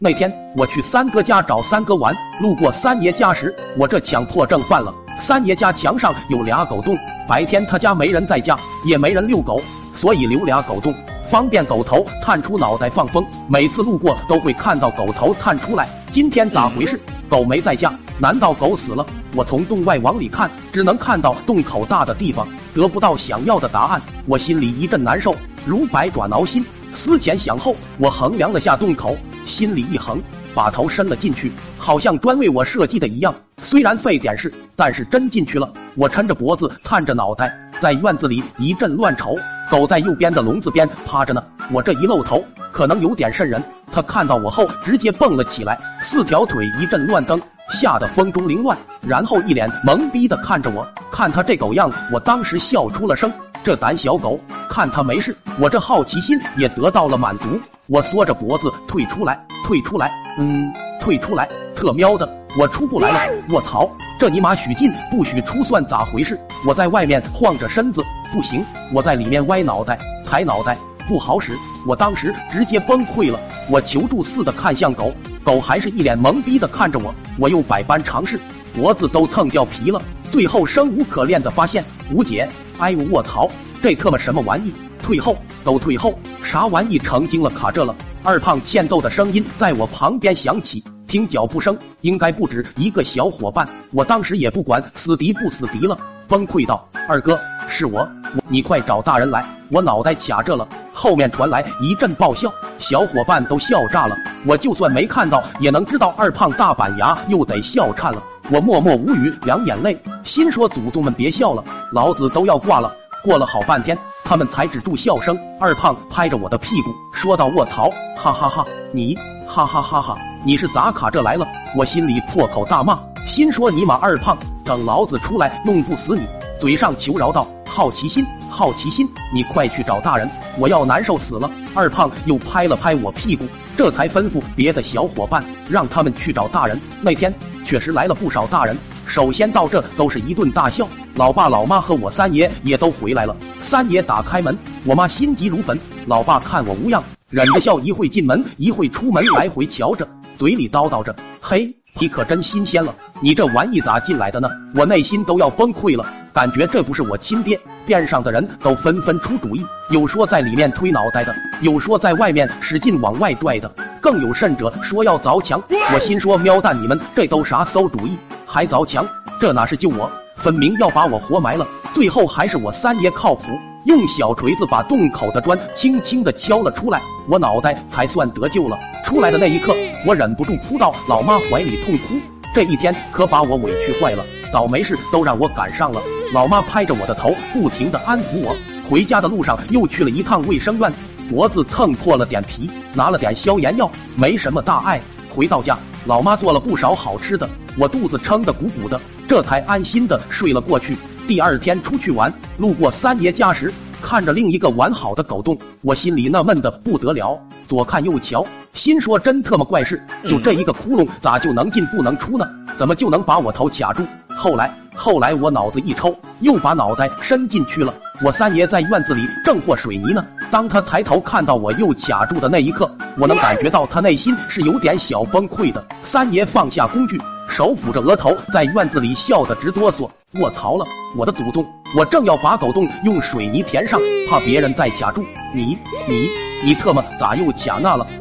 那天我去三哥家找三哥玩，路过三爷家时，我这强迫症犯了。三爷家墙上有俩狗洞，白天他家没人在家，也没人遛狗，所以留俩狗洞，方便狗头探出脑袋放风。每次路过都会看到狗头探出来。今天咋回事？狗没在家，难道狗死了？我从洞外往里看，只能看到洞口大的地方，得不到想要的答案，我心里一阵难受，如百爪挠心。思前想后，我衡量了下洞口，心里一横，把头伸了进去，好像专为我设计的一样。虽然费点事，但是真进去了。我抻着脖子，探着脑袋，在院子里一阵乱瞅。狗在右边的笼子边趴着呢，我这一露头，可能有点瘆人。它看到我后，直接蹦了起来，4条腿一阵乱蹬，吓得风中凌乱，然后一脸懵逼地看着我。看它这狗样，我当时笑出了声。这胆小狗，看它没事，我这好奇心也得到了满足。我缩着脖子退出来，退出来，特喵的，我出不来了！卧槽，这尼玛许进不许出算咋回事？我在外面晃着身子，不行，我在里面歪脑袋、抬脑袋，不好使。我当时直接崩溃了，我求助似的看向狗，狗还是一脸懵逼的看着我。我又百般尝试，脖子都蹭掉皮了，最后生无可恋的发现无解。哎呦卧槽，这特么什么玩意？退后，都退后！啥玩意成精了？卡这了！二胖欠揍的声音在我旁边响起，听脚步声，应该不止一个小伙伴。我当时也不管死敌不死敌了，崩溃道：“二哥，是我，你快找大人来！”我脑袋卡这了，后面传来一阵爆笑，小伙伴都笑炸了。我就算没看到，也能知道二胖大板牙又得笑颤了。我默默无语，两眼泪，心说祖宗们别笑了，老子都要挂了。过了好半天，他们才止住笑声。二胖拍着我的屁股说道：“卧槽，哈哈哈，你哈哈哈哈，你是咋卡这来了？”我心里破口大骂，心说尼玛二胖，等老子出来弄不死你！嘴上求饶道：“好奇心，好奇心，你快去找大人，我要难受死了。”二胖又拍了拍我屁股，这才吩咐别的小伙伴让他们去找大人。那天确实来了不少大人，首先到这都是一顿大笑，老爸老妈和我三爷也都回来了。三爷打开门，我妈心急如焚，老爸看我无恙，忍着笑，一会进门一会出门，来回瞧着，嘴里叨叨着：“嘿，你可真新鲜了，你这玩意咋进来的呢？”我内心都要崩溃了，感觉这不是我亲爹。边上的人都纷纷出主意，有说在里面推脑袋的，有说在外面使劲往外拽的，更有甚者说要凿墙。我心说喵蛋，你们这都啥馊主意，还凿墙？这哪是救我，分明要把我活埋了。最后还是我三爷靠谱，用小锤子把洞口的砖轻轻地敲了出来，我脑袋才算得救了。出来的那一刻，我忍不住扑到老妈怀里痛哭。这一天可把我委屈坏了，倒霉事都让我赶上了。老妈拍着我的头，不停地安抚我。回家的路上又去了一趟卫生院，脖子蹭破了点皮，拿了点消炎药，没什么大碍。回到家，老妈做了不少好吃的，我肚子撑得鼓鼓的，这才安心的睡了过去。第二天出去玩，路过三爷家时，看着另一个完好的狗洞，我心里纳闷的不得了，左看右瞧，心说真特么怪事，就这一个窟窿咋就能进不能出呢？怎么就能把我头卡住？后来我脑子一抽，又把脑袋伸进去了。我三爷在院子里正和水泥呢，当他抬头看到我又卡住的那一刻，我能感觉到他内心是有点小崩溃的。三爷放下工具，手抚着额头，在院子里笑得直哆嗦。卧槽了，我的祖宗！我正要把狗洞用水泥填上，怕别人再卡住。你特么咋又卡那了？